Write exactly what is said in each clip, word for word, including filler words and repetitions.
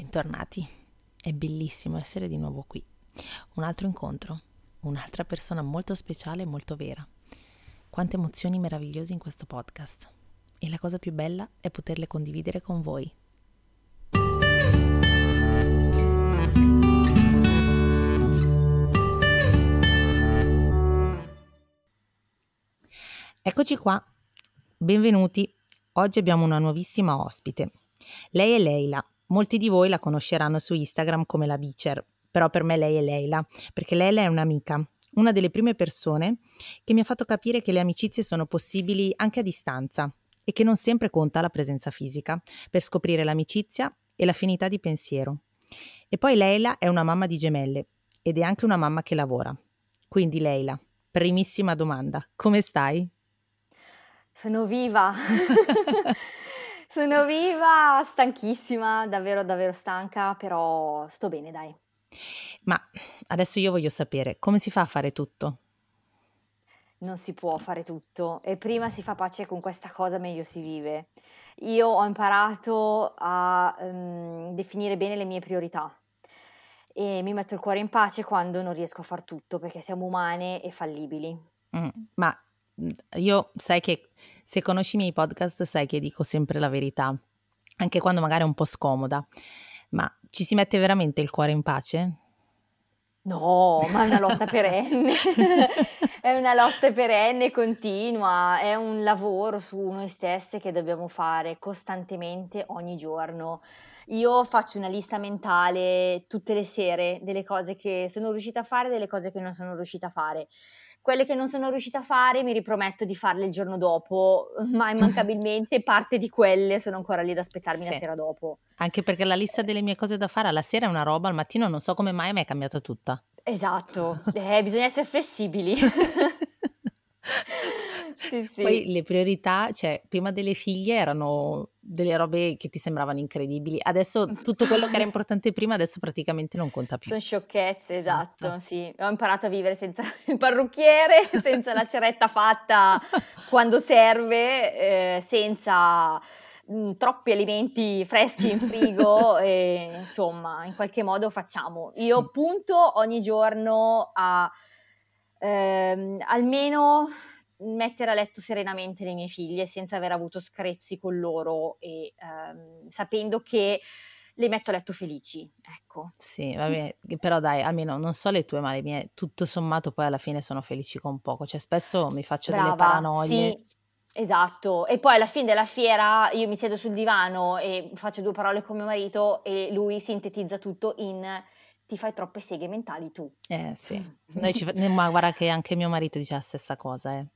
Bentornati, è bellissimo essere di nuovo qui. Un altro incontro, un'altra persona molto speciale e molto vera. Quante emozioni meravigliose in questo podcast. E la cosa più bella è poterle condividere con voi. Eccoci qua, benvenuti. Oggi abbiamo una nuovissima ospite. Lei è Leila. Molti di voi la conosceranno su Instagram come la Bicer, però per me lei è Leila, perché Leila è un'amica, una delle prime persone che mi ha fatto capire che le amicizie sono possibili anche a distanza e che non sempre conta la presenza fisica per scoprire l'amicizia e l'affinità di pensiero. E poi Leila è una mamma di gemelle ed è anche una mamma che lavora. Quindi Leila, primissima domanda, come stai? Sono viva, sono viva, stanchissima, davvero davvero stanca, però sto bene, dai. Ma adesso io voglio sapere, come si fa a fare tutto? Non si può fare tutto e prima si fa pace con questa cosa meglio si vive. Io ho imparato a ehm, definire bene le mie priorità e mi metto il cuore in pace quando non riesco a far tutto perché siamo umane e fallibili. Mm, ma mm, io sai che se conosci i miei podcast sai che dico sempre la verità, anche quando magari è un po' scomoda, ma ci si mette veramente il cuore in pace? No, ma è una lotta perenne, è una lotta perenne, continua, è un lavoro su noi stesse che dobbiamo fare costantemente ogni giorno. Io faccio una lista mentale tutte le sere delle cose che sono riuscita a fare e delle cose che non sono riuscita a fare. Quelle che non sono riuscita a fare mi riprometto di farle il giorno dopo, ma immancabilmente parte di quelle sono ancora lì ad aspettarmi la Sì, sera dopo. anche perché la lista delle mie cose da fare alla sera è una roba, al mattino non so come mai mi è cambiata tutta. Esatto, eh, bisogna essere flessibili. Sì, Poi sì. le priorità, cioè prima delle figlie erano delle robe che ti sembravano incredibili, adesso tutto quello che era importante prima adesso praticamente non conta più. Son sciocchezze, Esatto. esatto, sì. Ho imparato a vivere senza il parrucchiere, senza la ceretta fatta quando serve, ehm, senza, mhmm, troppi alimenti freschi in frigo e insomma in qualche modo facciamo. Sì. Io punto ogni giorno a, ehm, almeno mettere a letto serenamente le mie figlie senza aver avuto screzi con loro e, ehm, sapendo che le metto a letto felici, ecco. Sì, vabbè, che però dai, almeno non so le tue, ma le mie tutto sommato poi alla fine sono felici con poco. Cioè spesso mi faccio delle Brava, paranoie. sì, esatto. E poi alla fin della fiera io mi siedo sul divano e faccio due parole con mio marito e lui sintetizza tutto in: "Ti fai troppe seghe mentali tu". Eh sì, noi ci fa ne ma guarda che anche mio marito dice la stessa cosa, eh.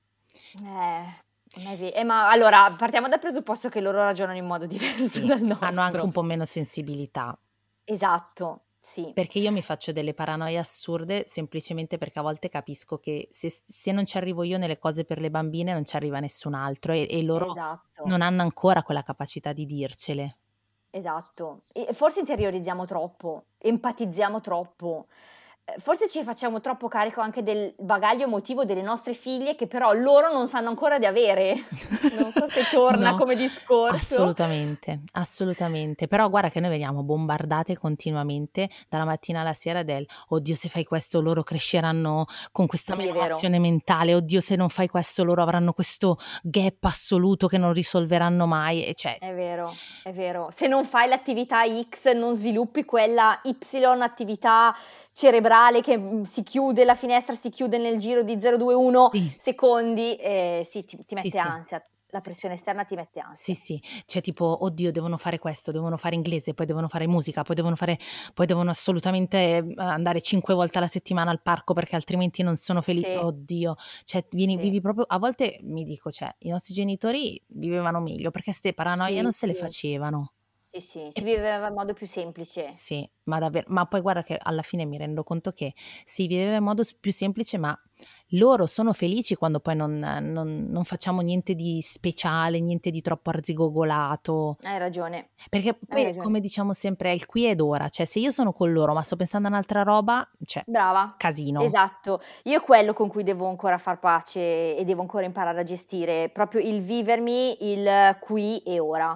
Eh, non è ve eh, ma allora partiamo dal presupposto che loro ragionano in modo diverso Sì, dal hanno anche nostro. un po' meno sensibilità. Esatto, sì, Perché io mi faccio delle paranoie assurde semplicemente perché a volte capisco che se s se non ci arrivo io nelle cose per le bambine non ci arriva nessun altro e e loro esatto. non hanno ancora quella capacità di dircele. Esatto. E forse interiorizziamo troppo, empatizziamo troppo. Ehm, forse ci facciamo troppo carico anche del bagaglio emotivo delle nostre figlie che però loro non sanno ancora di avere. Non so se torna No, come discorso. assolutamente, assolutamente. Però guarda che noi veniamo bombardate continuamente dalla mattina alla sera del: "Oddio se fai questo loro cresceranno con questa Sì, è vero, menomazione mentale, oddio se non fai questo loro avranno questo gap assoluto che non risolveranno mai", e cioè è vero, è vero. Se non fai l'attività X non sviluppi quella Y attività cerebrale che, mhmm, si chiude la finestra si chiude nel giro di zero virgola ventuno sì, secondi e sì, ti ti sì, mette sì. ansia. La Sì. pressione esterna ti mette Sì, ansia. sì, cioè tipo: "Oddio devono fare questo, devono fare inglese, poi devono fare musica, poi devono fare poi devono assolutamente, mhmm, andare cinque volte alla settimana al parco perché altrimenti non sono feli" Sì, oddio, cioè vieni sì. vivi proprio a volte mi dico, cioè i nostri genitori vivevano meglio perché 'ste paranoie Sì, non se le sì. facevano. Sì, sì, E si viveva in modo più semplice. sì, ma davver ma poi guarda che alla fine mi rendo conto che si viveva in modo s più semplice, ma loro sono felici quando poi non non non facciamo niente di speciale, niente di troppo arzigogolato. Hai ragione, Perché hai poi, ragione. come diciamo sempre, è il qui ed ora, cioè se io sono con loro, ma sto pensando a un'altra roba, cioè Brava, casino. esatto. Io è quello con cui devo ancora far pace e devo ancora imparare a gestire, proprio il vivermi il qui e ora.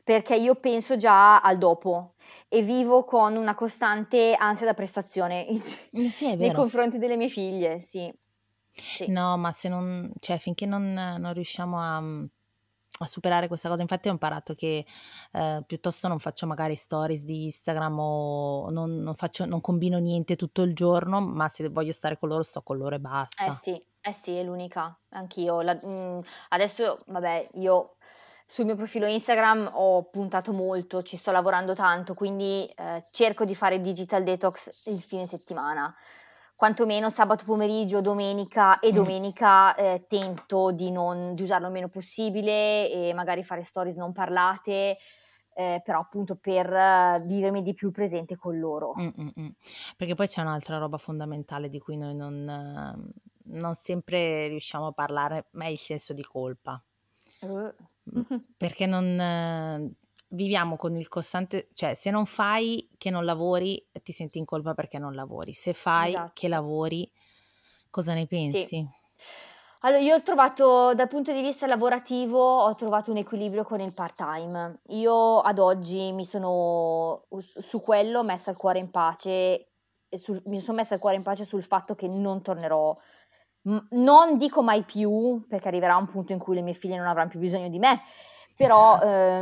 perché io penso già al dopo e vivo con una costante ansia da prestazione Eh sì, è nei vero. confronti delle mie figlie, sì. Sì. No, ma se non cioè finché non non riusciamo a mhmm, a superare questa cosa infatti ho imparato che, ehm, piuttosto non faccio magari stories di Instagram o non non faccio non combino niente tutto il giorno, ma se voglio stare con loro sto con loro e Eh basta. sì, eh sì, è l'unica. Anch'io. La mhmm, adesso vabbè, io sul mio profilo Instagram ho puntato molto, ci sto lavorando tanto, quindi, ehm, cerco di fare digital detox il fine settimana. Quantomeno sabato pomeriggio, domenica e Mh. domenica, ehm, tento di non di usarlo il meno possibile e magari fare stories non parlate, ehm, però appunto per vivermi di più il presente con loro. Mh, mh, mh. Perché poi c'è un'altra roba fondamentale di cui noi non mhmm, non sempre riusciamo a parlare, ma è il senso di colpa. Uh. Mh, perché non viviamo con il costante cioè se non fai che non lavori, ti senti in colpa perché non lavori. Se fai che Esatto. lavori, cosa ne Sì. pensi? Allo io ho trovato dal punto di vista lavorativo, ho trovato un equilibrio con il part-time. Io ad oggi mi sono u s su quello messa il cuore in pace e sul mi son messa il cuore in pace sul fatto che non tornerò mhmm, non dico mai più, perché arriverà un punto in cui le mie figlie non avran più bisogno di me, però,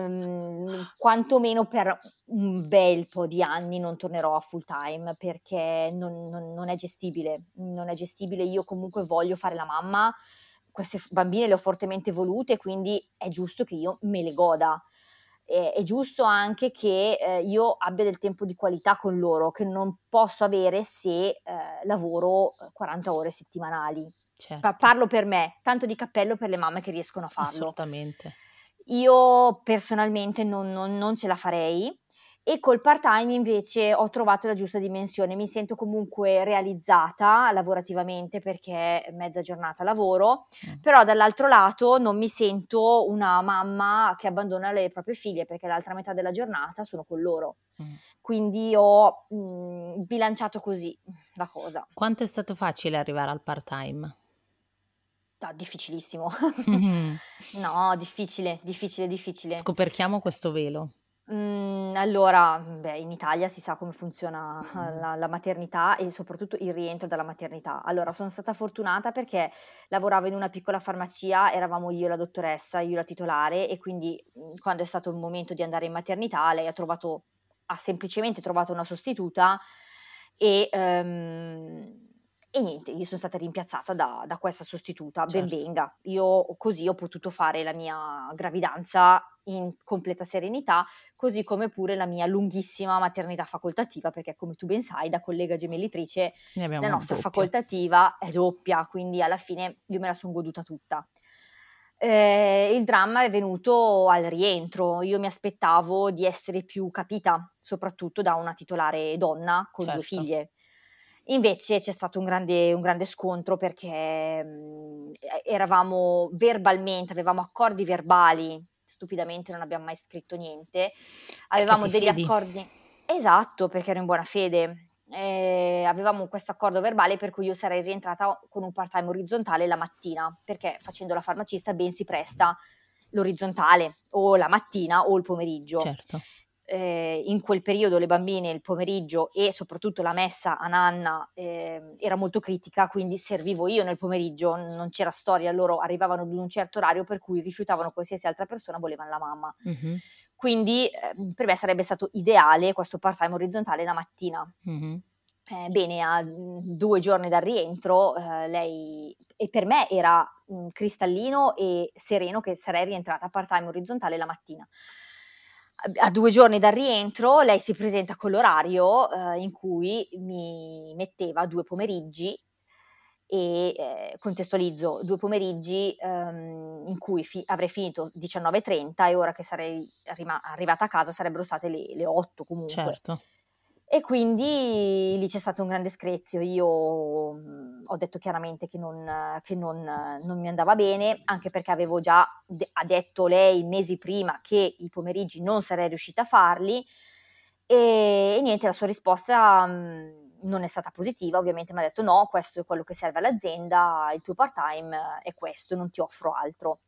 ehm, quantomeno per un bel po' di anni non tornerò a full time perché non non non è gestibile. Non è gestibile. Io comunque voglio fare la mamma, queste f bambine le ho fortemente volute, quindi è giusto che io me le goda. È è giusto anche che, ehm, io abbia del tempo di qualità con loro, che non posso avere se, ehm, lavoro, uhm, quaranta ore settimanali. Pa Certo, parlo per me, tanto di cappello per le mamme che riescono a farlo. assolutamente. Io personalmente non non non ce la farei e col part-time invece ho trovato la giusta dimensione. Mi sento comunque realizzata lavorativamente perché mezza giornata lavoro, Mh, però dall'altro lato non mi sento una mamma che abbandona le proprie figlie, perché l'altra metà della giornata sono con loro. mh. Quindi ho, mhmm, bilanciato così la cosa. Quanto è stato facile arrivare al part-time? No, difficilissimo. Mh-mh. No, difficile, difficile, difficile. Scoperchiamo questo velo. Mhmm, allora, mhmm, beh, in Italia si sa come funziona Mh-mh. la la maternità e soprattutto il rientro dalla maternità. Allora, sono stata fortunata perché lavoravo in una piccola farmacia, eravamo io e la dottoressa, io la titolare e quindi, mhmm, quando è stato il momento di andare in maternità lei ha trovato ha semplicemente trovato una sostituta e, ehm, e niente, io son stata rimpiazzata da da questa sostituta. Ben Certo. venga. Io così ho potuto fare la mia gravidanza in completa serenità, così come pure la mia lunghissima maternità facoltativa, perché come tu ben sai da collega gemellitrice Ne la abbiamo nostra doppio. facoltativa è doppia, quindi alla fine io me la son goduta tutta. Ehm, il dramma è venuto al rientro. Io mi aspettavo di essere più capita, soprattutto da una titolare donna con due Certo. figlie. Invece c'è stato un grande un grande scontro perché, mhmm, e eravamo verbalmente avevamo accordi verbali, stupidamente non abbiam mai scritto niente, Perché avevamo ti degli fidi. accordi esatto, perché ero in buona fede. Ehm, avevamo questo accordo verbale per cui io sarei rientrata con un part-time orizzontale la mattina, perché facendo la farmacista ben si presta l'orizzontale o la mattina o il pomeriggio. Certo. Ehm, in quel periodo le bambine il pomeriggio e soprattutto la messa a nanna, ehm, era molto critica, quindi servivo io nel pomeriggio, non c'era storia, loro arrivavano ad un certo orario per cui rifiutavano qualsiasi altra persona, volevan la mamma. Mh-mh. Quindi, ehm, per me sarebbe stato ideale questo part-time orizzontale la mattina. Mh-mh. Eh, bene, a, mhmm, due giorni dal rientro, ehm, lei e per me era, mhmm, cristallino e sereno che sarei rientrata part-time orizzontale la mattina. A a due giorni dal rientro lei si presenta con l'orario, ehm, in cui mi metteva due pomeriggi e, ehm, contestualizzo, due pomeriggi, ehm, in cui fi avrei finito diciannove e trenta e ora che sarei rima arrivata a casa sarebbero state le le otto comunque. Certo. E quindi lì c'è stato un grande screzio. Io, mhmm, ho detto chiaramente che non che non non mi andava bene, anche perché avevo già de ha detto lei mesi prima che i pomeriggi non sarei riuscita a farli, e e niente, la sua risposta, mhmm, non è stata positiva. Ovviamente m'ha detto: "No, questo è quello che serve all'azienda, il tuo part-time è questo, non ti offro altro".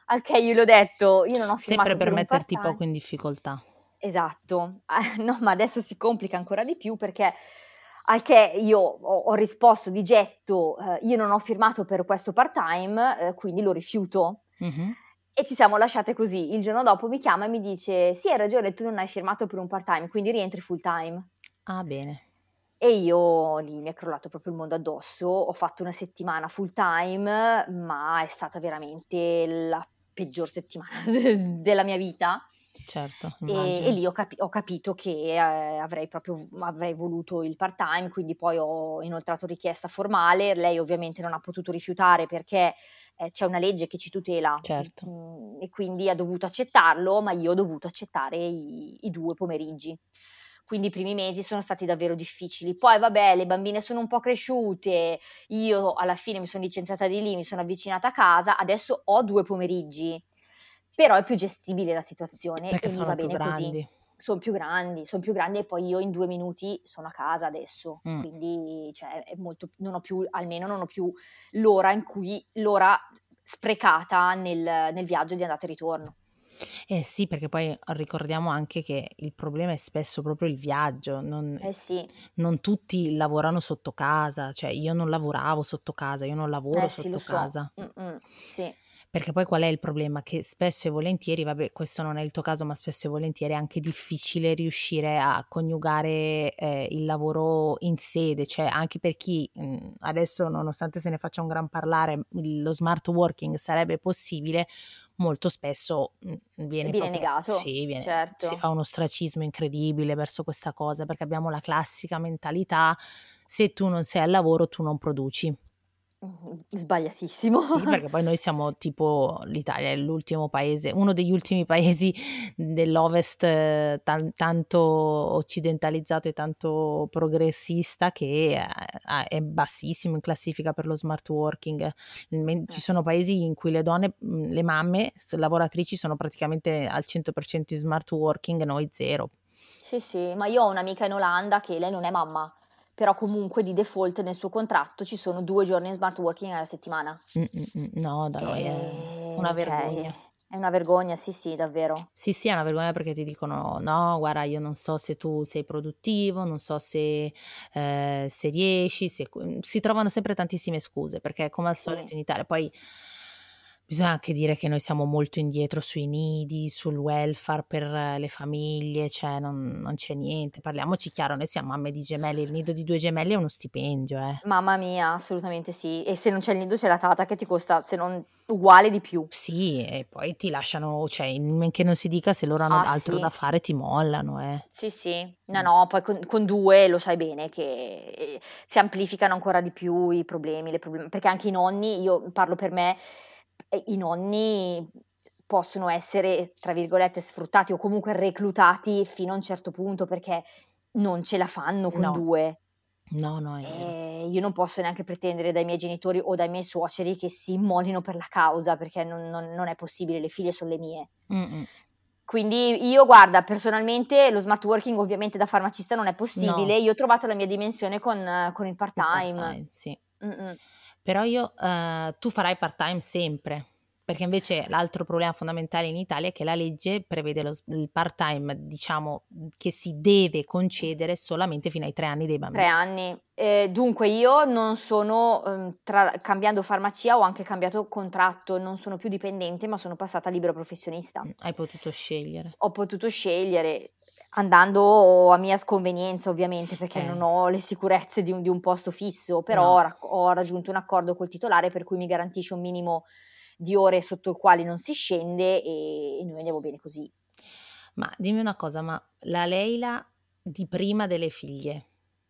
Al che io l'ho detto, io non ho Sempre firmato per per un metterti part-time. poco in difficoltà. Esatto. Ah, no, ma adesso si complica ancora di più perché al che io ho, ho risposto di getto, eh, io non ho firmato per questo part-time, eh, quindi lo rifiuto. Mm-hmm. E ci siamo lasciate così. Il giorno dopo mi chiama e mi dice, sì, hai ragione, tu non hai firmato per un part-time, quindi rientri full-time. Ah, bene. E io lì mi è crollato proprio il mondo addosso, ho fatto una settimana full time, ma è stata veramente la peggior settimana della mia vita. Certo, E, e immagino. lì ho, capi- ho capito che eh, avrei proprio avrei voluto il part time, quindi poi ho inoltrato richiesta formale. Lei ovviamente non ha potuto rifiutare perché eh, c'è una legge che ci tutela, Certo. mm, e quindi ha dovuto accettarlo, ma io ho dovuto accettare i, i due pomeriggi. Quindi i primi mesi sono stati davvero difficili. Poi vabbè, le bambine sono un po' cresciute, io alla fine mi sono licenziata di lì, mi sono avvicinata a casa, adesso ho due pomeriggi, però è più gestibile la situazione Perché e mi sono va più bene così. grandi. Sono più grandi, sono più grandi e poi io in due minuti sono a casa adesso, Mm. quindi cioè, è molto, non ho più, almeno non ho più l'ora in cui, l'ora sprecata nel, nel viaggio di andata e ritorno. Eh sì, perché poi ricordiamo anche che il problema è spesso proprio il viaggio, non, Eh sì, non tutti lavorano sotto casa, cioè io non lavoravo sotto casa, io non lavoro eh sì, lo sotto so. casa. Mm-mm, sì. Perché poi qual è il problema? Che spesso e volentieri, vabbè, questo non è il tuo caso, ma spesso e volentieri è anche difficile riuscire a coniugare eh, il lavoro in sede, cioè anche per chi mh, adesso, nonostante se ne faccia un gran parlare, il- lo smart working sarebbe possibile, molto spesso mh, viene Viene proprio, negato, sì, viene- si fa certo. un ostracismo incredibile verso questa cosa, perché abbiamo la classica mentalità, se tu non sei al lavoro tu non produci. Mh-mh, sbagliatissimo. Sì, perché poi noi siamo tipo l'Italia è l'ultimo paese uno degli ultimi paesi dell'Ovest eh, tan tanto occidentalizzato e tanto progressista che, ehm, ha è bassissimo in classifica per lo smart working. Men ci Eh sono sì. paesi in cui le donne mhmm, le mamme s lavoratrici sono praticamente al cento per cento in smart working, noi zero. Sì, sì, ma io ho un'amica in Olanda che lei non è mamma, però comunque di default nel suo contratto ci sono due giorni in smart working alla settimana. Mh, mh, mh. No, da noi è una Ehm, cioè vergogna. è una vergogna, sì, sì, davvero. Sì, sì, è una vergogna perché ti dicono: "No, guarda, io non so se tu sei produttivo, non so se ehm, se riesci, se q" mhmm, si trovano sempre tantissime scuse, perché come al Sì. solito in Italia poi bisogna anche dire che noi siamo molto indietro sui nidi, sul welfare per le famiglie, cioè non non c'è niente. Parliamoci chiaro, noi siamo mamme di gemelli, il nido di due gemelli è uno stipendio, eh. Mamma mia, assolutamente sì. E se non c'è il nido c'è la tata che ti costa, se non uguale, di più. Sì, e poi ti lasciano cioè, in men che non si dica se loro hanno Ah altro da sì. fare ti mollano, eh. Sì, sì. No, Mh. no, poi con con due lo sai bene che, ehm, si amplificano ancora di più i problemi, le problem perché anche i nonni, io parlo per me, ehm, i nonni possono essere, tra virgolette, "sfruttati" o comunque reclutati fino a un certo punto, perché non ce la fanno con No, due. no, no, è vero. Ehm, io non posso neanche pretendere dai miei genitori o dai miei suoceri che si immolino per la causa, perché non non non è possibile, le figlie son le mie. Mh-mh. Quindi io guarda, personalmente lo smart working ovviamente da farmacista non è No, possibile, io ho trovato la mia dimensione con con il il part-time. part-time, sì. Mh-mh. Però io ehm, tu farai part-time sempre, perché invece l'altro problema fondamentale in Italia è che la legge prevede lo s il part-time, diciamo, mhmm, che si deve concedere solamente fino ai tre anni dei tre bambini. anni. Ehm, dunque io non sono, uhm, tra cambiando farmacia ho anche cambiato contratto, non sono più dipendente, ma sono passata libero professionista. Mh, hai potuto scegliere. Ho potuto scegliere, andando a mia sconvenienza ovviamente, perché Eh, non ho le sicurezze di un di un posto fisso, però no. ho rac ho raggiunto un accordo col titolare per cui mi garantisce un minimo di ore sotto il quale non si scende e e noi andiamo bene così. Ma dimmi una cosa, ma la Leila di prima delle figlie,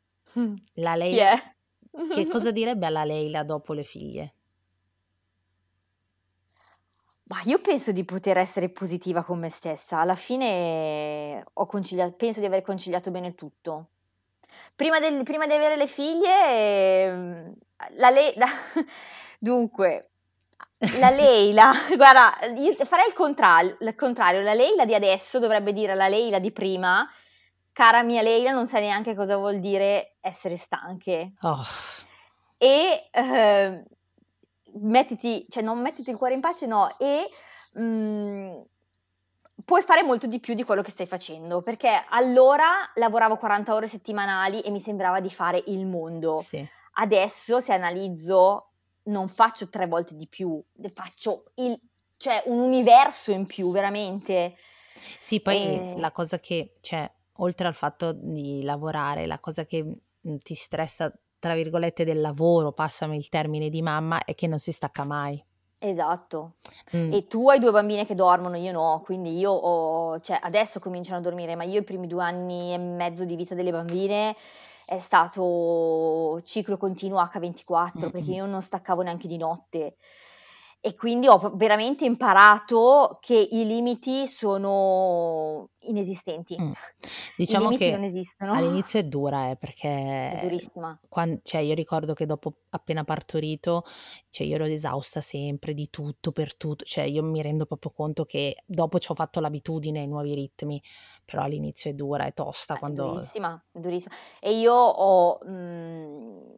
la Chi Leila è? che cosa direbbe alla Leila dopo le figlie? Mah, io penso di poter essere positiva con me stessa. Alla fine ho concilia penso di aver conciliato bene il tutto. Prima del prima di avere le figlie, ehm, la Le la dunque, la Leila guarda, io farei il contral il contrario. La Leila di adesso dovrebbe dire alla Leila di prima: "Cara mia Leila, non sai neanche cosa vuol dire essere stanche". Oh, E, ehm, mettiti cioè non mettiti il cuore in pace no, e mhmm, puoi fare molto di più di quello che stai facendo, perché allora lavoravo quaranta ore settimanali e mi sembrava di fare il mondo. Sì. Adesso, se analizzo, non faccio tre volte di più, ne faccio il cioè un universo in più, veramente. Sì, poi Ehm la cosa che cioè, oltre al fatto di lavorare, la cosa che, mhmm, ti stressa, tra virgolette, del lavoro, passami il termine, di mamma, è che non si stacca mai. Esatto. Mh. E tu hai due bambine che dormono, io no, quindi io ho cioè adesso cominciano a dormire, ma io i primi due anni e mezzo di vita delle bambine è stato ciclo continuo acca ventiquattro, perché Mh-mh. io non staccavo neanche di notte. E quindi ho p veramente imparato che i limiti sono inesistenti. Mh. I Diciamo limiti non che esistono. all'inizio è dura, eh, È perché durissima. quan cioè io ricordo che dopo appena partorito, cioè io ero esausta sempre, di tutto, per tutto, cioè io mi rendo proprio conto che dopo c'ho fatto l'abitudine ai nuovi ritmi, però all'inizio è dura, è tosta È quando durissima, è durissima. E io ho mhmm,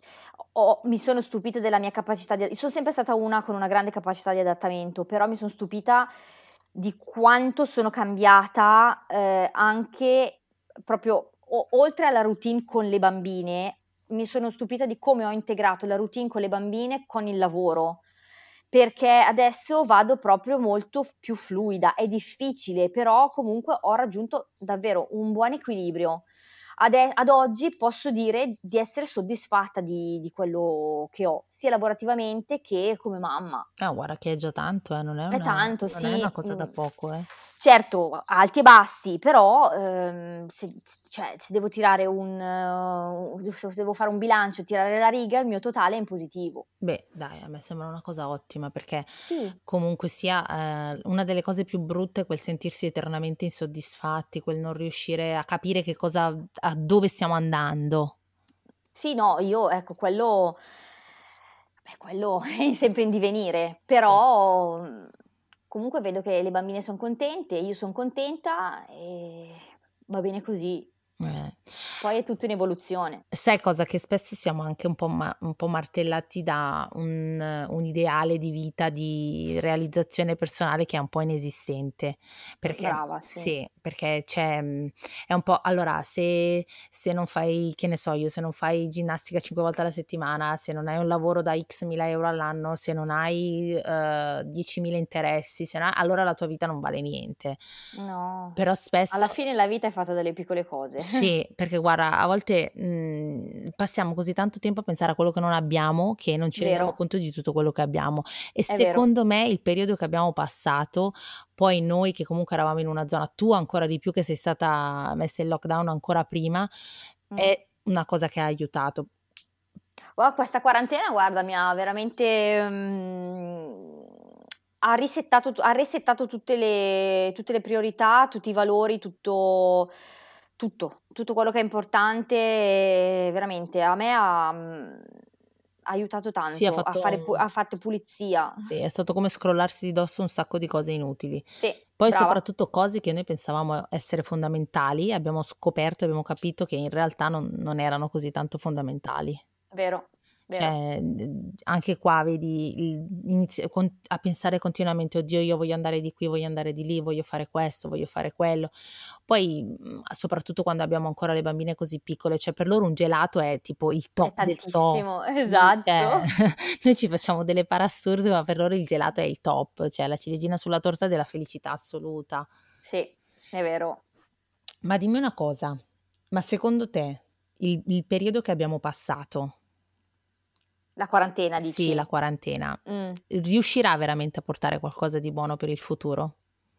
ho mi sono stupita della mia capacità di son sempre stata una con una grande capacità di adattamento, però mi son stupita di quanto sono cambiata, ehm, anche proprio o oltre alla routine con le bambine, mi sono stupita di come ho integrato la routine con le bambine con il lavoro, perché adesso vado proprio molto f più fluida. È difficile, però comunque ho raggiunto davvero un buon equilibrio. Ade ad oggi posso dire di essere soddisfatta di di quello che ho, sia lavorativamente che come mamma. ah guarda che è già tanto, eh, non è È una tanto, non è una sì, cosa da mhmm, poco, eh. certo alti e bassi, però, ehm, se s cioè se devo tirare un u se devo fare un bilancio, tirare la riga, il mio totale è in positivo. Beh, dai, a me sembra una cosa ottima perché Sì. comunque sia, ehm, una delle cose più brutte è quel sentirsi eternamente insoddisfatti, quel non riuscire a capire che cosa a dove stiamo andando. Sì, no, io ecco quello beh, quello è sempre in divenire, Sì. però, mhmm, comunque vedo che le bambine son contente, io son contenta e va bene così. Eh. Poi è tutto in evoluzione. Sai cosa? Che spesso siamo anche un po' ma un po' martellati da un un ideale di vita, di realizzazione personale che è un po' inesistente. Perché Brava, sì. sì, perché c'è mhmm, è un po' allora se se non fai che ne so io, se non fai ginnastica cinque volte alla settimana, se non hai un lavoro da X mila euro all'anno, se non hai, uhm, diecimila interessi, se no allora la tua vita non vale niente. No, Però alla spesso fine la vita è fatta dalle piccole cose. sì, perché guarda, a volte, mhmm, passiamo così tanto tempo a pensare a quello che non abbiamo, che non ci rendiamo Vero, conto di tutto quello che abbiamo. E è vero. secondo me il periodo che abbiamo passato, poi noi che comunque eravamo in una zona tu ancora di più che sei stata messa in lockdown ancora prima, Mh. è una cosa che ha aiutato. Guarda questa quarantena guarda mi ha veramente, mhmm, ha risettato tu ha resettato tutte le tutte le priorità, tutti i valori, tutto tutto, tutto quello che è importante e veramente a me ha mhmm, ha aiutato Sì, ha tanto a fatto fare pu un ha fatto pulizia. sì, è stato come scrollarsi di dosso un sacco di cose inutili. Sì, Poi brava, soprattutto cose che noi pensavamo essere fondamentali, abbiamo scoperto, abbiamo capito che in realtà non non erano così tanto fondamentali. vero, vero. Cioè, mhmm, anche qua vedi il inizi con a pensare continuamente: "Oddio io voglio andare di qui, voglio andare di lì, voglio fare questo, voglio fare quello". Poi, mhmm, soprattutto quando abbiamo ancora le bambine così piccole, cioè per loro un gelato è tipo il È top del top. tantissimo, Sì, cioè esatto. noi ci facciamo delle parasurde, ma per loro il gelato è il top, cioè la ciliegina sulla torta della felicità assoluta. Sì, è vero. Ma dimmi una cosa, ma secondo te il il periodo che abbiamo passato La quarantena sì, la dici? quarantena, Mh. riuscirà veramente a portare qualcosa di buono per il futuro?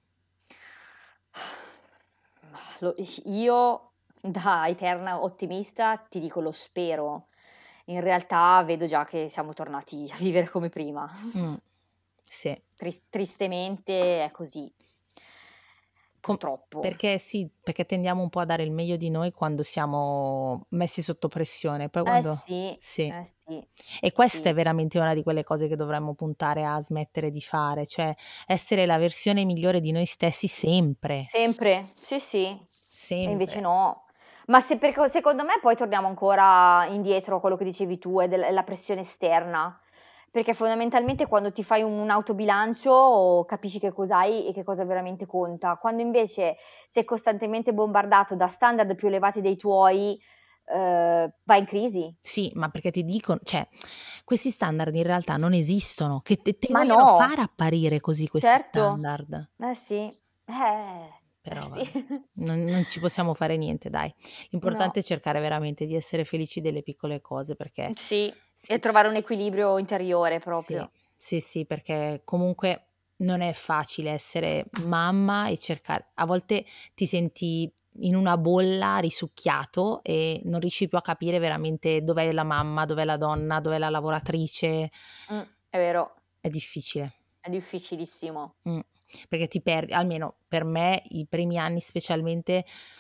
Mah, lo io da eterna ottimista ti dico lo spero. In realtà vedo già che siamo tornati a vivere come prima. Mh, sì. Tris tristemente è così. Com Purtroppo. perché sì, perché tendiamo un po' a dare il meglio di noi quando siamo messi sotto pressione, poi Eh quando sì, sì. eh sì, E questa è sì. veramente una di quelle cose che dovremmo puntare a smettere di fare, cioè essere la versione migliore di noi stessi sempre, Sempre, sì, sì. E invece sempre. no. Ma se perché secondo me poi torniamo ancora indietro a quello che dicevi tu, è del è la pressione esterna. perché fondamentalmente quando ti fai un autobilancio capisci che cos'hai e che cosa veramente conta. Quando invece sei costantemente bombardato da standard più elevati dei tuoi, eh, vai in crisi. Sì, ma perché ti dicono, cioè, questi standard in realtà non esistono, che te, te li Ma vogliono no, fare apparire così questi certo, standard. eh sì, eh, eh Però sì, vabbè, non, non ci possiamo fare niente, dai. no, L'importante è cercare veramente di essere felici delle piccole cose, perché sì, e sì, trovare un equilibrio interiore sì, proprio. sì, sì, perché comunque non è facile essere mamma e cercare, a volte ti senti in una bolla risucchiato e non riesci più a capire veramente dov'è la mamma, dov'è la donna, dov'è la lavoratrice. Mm, è vero, È difficile. è difficilissimo. Mh, perché ti perdi, almeno per me i primi anni specialmente,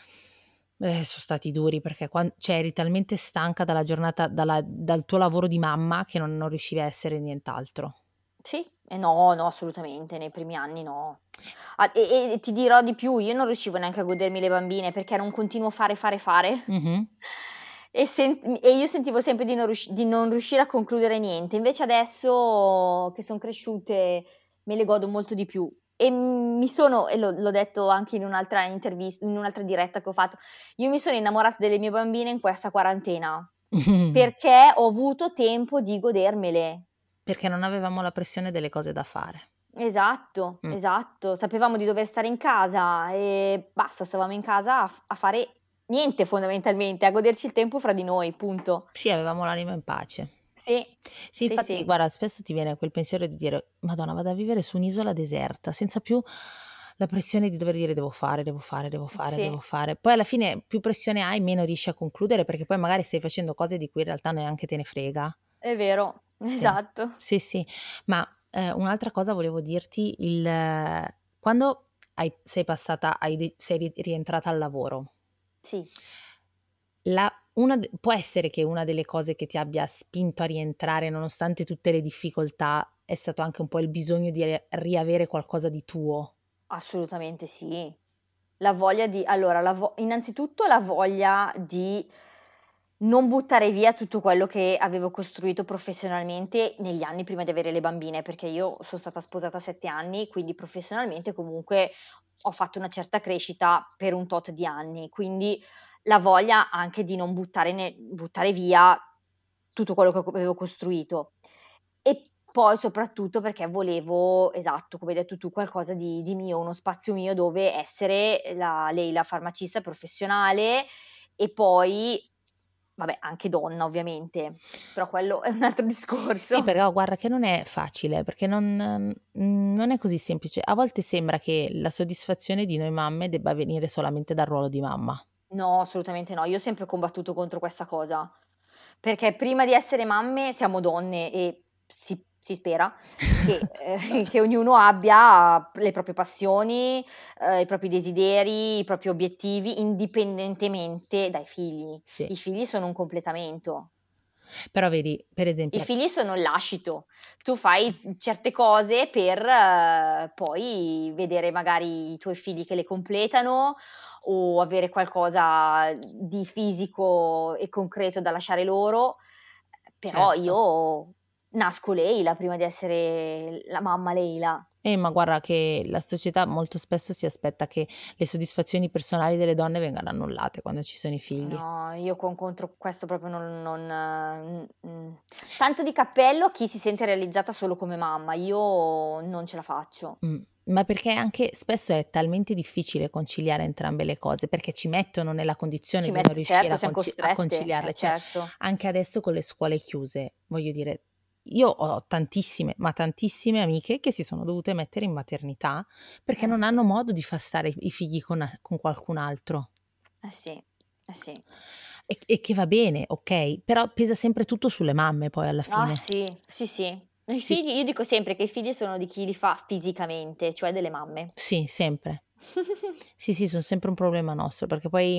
eh, so stati duri perché quan cioè eri talmente stanca dalla giornata, dalla dal tuo lavoro di mamma che non non riuscivi a essere nient'altro. Sì, e no, no, assolutamente, nei primi anni no. Ah, e e ti dirò di più, io non riuscivo neanche a godermi le bambine perché era un continuo fare, fare, fare Mh-mh. e sen e io sentivo sempre di non riusci di non riuscire a concludere niente. Invece adesso che son cresciute me le godo molto di più e mi sono e l'ho l'ho detto anche in un'altra intervis in un'altra diretta che ho fatto, io mi sono innamorata delle mie bambine in questa quarantena, perché ho avuto tempo di godermele. Perché non avevamo la pressione delle cose da fare. Esatto, Mh. esatto. Sapevamo di dover stare in casa e basta, stavamo in casa a f a fare niente fondamentalmente, a goderci il tempo fra di noi, punto. Sì, avevamo l'anima in pace. Sì, Sì, sì, infatti sì, guarda, spesso ti viene quel pensiero di dire: "Madonna, vado a vivere su un'isola deserta, senza più la pressione di dover dire: "Devo fare, devo fare, devo fare, sì, devo fare". Poi alla fine più pressione hai, meno riesci a concludere, perché poi magari stai facendo cose di cui in realtà neanche te ne frega. è vero, Sì, esatto. sì, sì. Ma, ehm, un'altra cosa volevo dirti, il quando hai sei passata hai de sei ri rientrata al lavoro, Sì, la una d può essere che una delle cose che ti abbia spinto a rientrare, nonostante tutte le difficoltà, è stato anche un po' il bisogno di re riavere qualcosa di tuo. assolutamente sì. La voglia di allora la vo innanzitutto la voglia di non buttare via tutto quello che avevo costruito professionalmente negli anni prima di avere le bambine, perché io son stata sposata sette anni, quindi professionalmente comunque ho fatto una certa crescita per un tot di anni, quindi la voglia anche di non buttare ne buttare via tutto quello che co avevo costruito. E poi soprattutto perché volevo, esatto, come hai detto tu, qualcosa di di mio, uno spazio mio dove essere la Leila farmacista professionale e poi, vabbè, anche donna ovviamente, però quello è un altro Sì, discorso. però guarda che non è facile, perché non mhmm, non è così semplice. A volte sembra che la soddisfazione di noi mamme debba venire solamente dal ruolo di mamma. No, assolutamente no. Io ho sempre combattuto contro questa cosa, perché prima di essere mamme siamo donne e si si spera che ehm, che ognuno abbia le proprie passioni, ehm, i propri desideri, i propri obiettivi, indipendentemente dai figli. Sì. I figli sono un completamento. Però vedi, per I esempio, figli sono il lascito. Tu fai certe cose per eh, poi vedere magari i tuoi figli che le completano o avere qualcosa di fisico e concreto da lasciare loro. Però certo. io nasco Leila prima di essere la mamma Leila. Eh, ma guarda che la società molto spesso si aspetta che le soddisfazioni personali delle donne vengano annullate quando ci sono i figli. No, io con contro questo proprio non non mh, mh. Tanto di cappello a chi si sente realizzata solo come mamma, io non ce la faccio. Mh, ma perché anche spesso è talmente difficile conciliare entrambe le cose, perché ci mettono nella condizione Ci di non met riuscire certo, a siam conci a costrette, eh conciliarle. Cioè, certo. anche adesso con le scuole chiuse, voglio dire, io ho tantissime, ma tantissime amiche che si sono dovute mettere in maternità perché Eh non sì, hanno modo di far stare i figli con a con qualcun altro. eh sì, eh sì. E e che va bene, okay, però pesa sempre tutto sulle mamme poi alla Ah fine. sì, sì, sì. I Sì, figli io dico sempre che i figli sono di chi li fa fisicamente, cioè delle mamme. sì, sempre. Sì, sì, son sempre un problema nostro, perché poi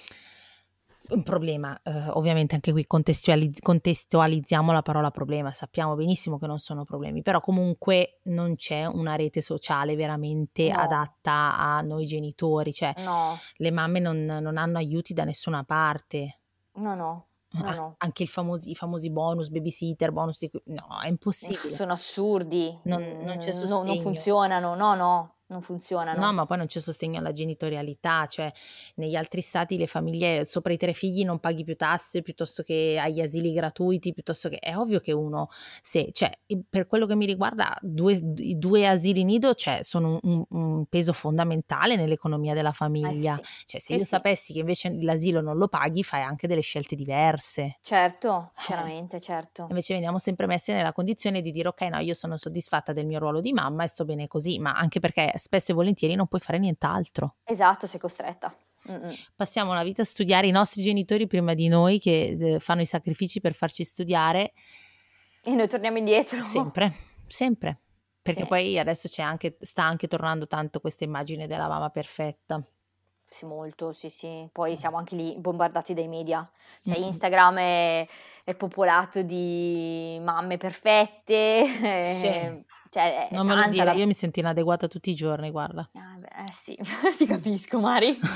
un problema, uhm, ovviamente anche qui contestualiz contestualizziamo la parola problema, sappiamo benissimo che non sono problemi, però comunque non c'è una rete sociale veramente No, adatta a noi genitori, cioè no, le mamme non non hanno aiuti da nessuna parte. no, no. No, A no. anche il famosi i famosi bonus, babysitter, bonus di cui no, è impossibile. Sono assurdi, Non non c'è mhmm, no non sostegno. funzionano, no, no, non No, funzionano. ma poi non c'è sostegno alla genitorialità, cioè negli altri stati le famiglie sopra i tre figli non paghi più tasse, piuttosto che agli asili gratuiti, piuttosto che è ovvio che uno se cioè, i per quello che mi riguarda due d i due asili nido, cioè sono un un un peso fondamentale nell'economia della Eh famiglia. sì, Cioè se sì, io sì. sapessi che invece l'asilo non lo paghi, fai anche delle scelte diverse. Certo, Eh. chiaramente, certo. Invece veniamo sempre messe nella condizione di dire: "Okay, no, io sono soddisfatta del mio ruolo di mamma e sto bene così", ma anche perché spesso e volentieri non puoi fare nient'altro. Esatto, sei costretta. Mh-mh. Passiamo la vita a studiare, i nostri genitori prima di noi che s fanno i sacrifici per farci studiare E noi torniamo indietro. sempre, sempre. Perché Sì, poi adesso c'è anche sta anche tornando tanto questa immagine della mamma perfetta. sì, molto, sì, sì. Poi siamo anche lì bombardati dai media. Cioè Mh-mh. Instagram è è popolato di mamme perfette, Sì, ehm, cioè è non me lo tanta dire, la io mi sento inadeguata tutti i giorni, guarda. ah beh, eh sì, ti capisco Mari.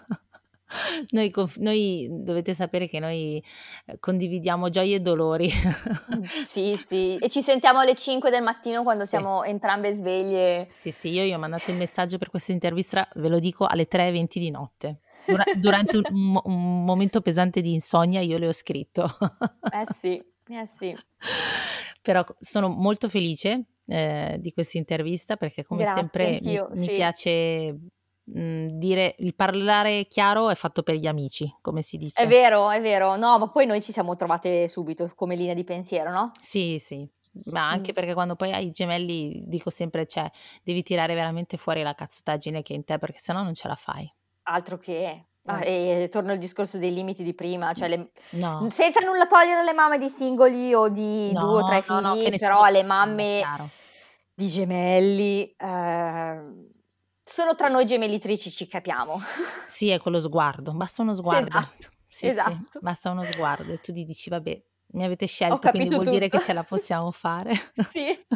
Noi conf noi dovete sapere che noi, ehm, condividiamo gioie e dolori. Mh, sì, sì. E ci sentiamo alle cinque del mattino quando Sì. siamo entrambe sveglie. Sì, sì, io gli ho mandato il messaggio per questa intervista, ve lo dico, alle tre e venti di notte. Dura durante un un mo un momento pesante di insonnia io le ho scritto. Eh sì, eh sì. Però c sono molto felice, ehm, di questa intervista perché come Grazie, sempre mi anch'io, mi sì. piace, mhmm, dire il parlare chiaro è fatto per gli amici, come si È dice. vero, è vero. No, ma poi noi ci siamo trovate subito come linea di pensiero, no? Sì, sì, ma anche Mh. perché quando poi hai i gemelli dico sempre, cioè, devi tirare veramente fuori la cazzotaggine che è in te, perché se no non ce la fai. Altro che. Ah, Eh. e torno al discorso dei limiti di prima, cioè Mh. le No, senza nulla togliere alle mamme di singoli o di due o no, tre no, no, che figli, nessuno però si le offenda, mamme chiaro. di gemelli, ehm, solo tra noi gemellitrici ci capiamo. Sì, è quello sguardo, basta uno Sì, sguardo. esatto, Sì, sì, esatto. basta uno sguardo e tu ti dici: "Vabbè, mi avete Ho scelto, quindi capito vuol dire tutto. che ce la possiamo fare." Sì.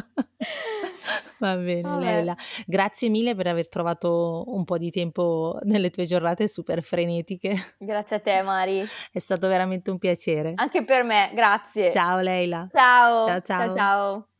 Va bene Vabbè. Leila, grazie mille per aver trovato un po' di tempo nelle tue giornate super frenetiche. Grazie a te Mari. È stato veramente un piacere. Anche per me, grazie. Ciao Leila. Ciao, Ciao, cia ciao. ciao.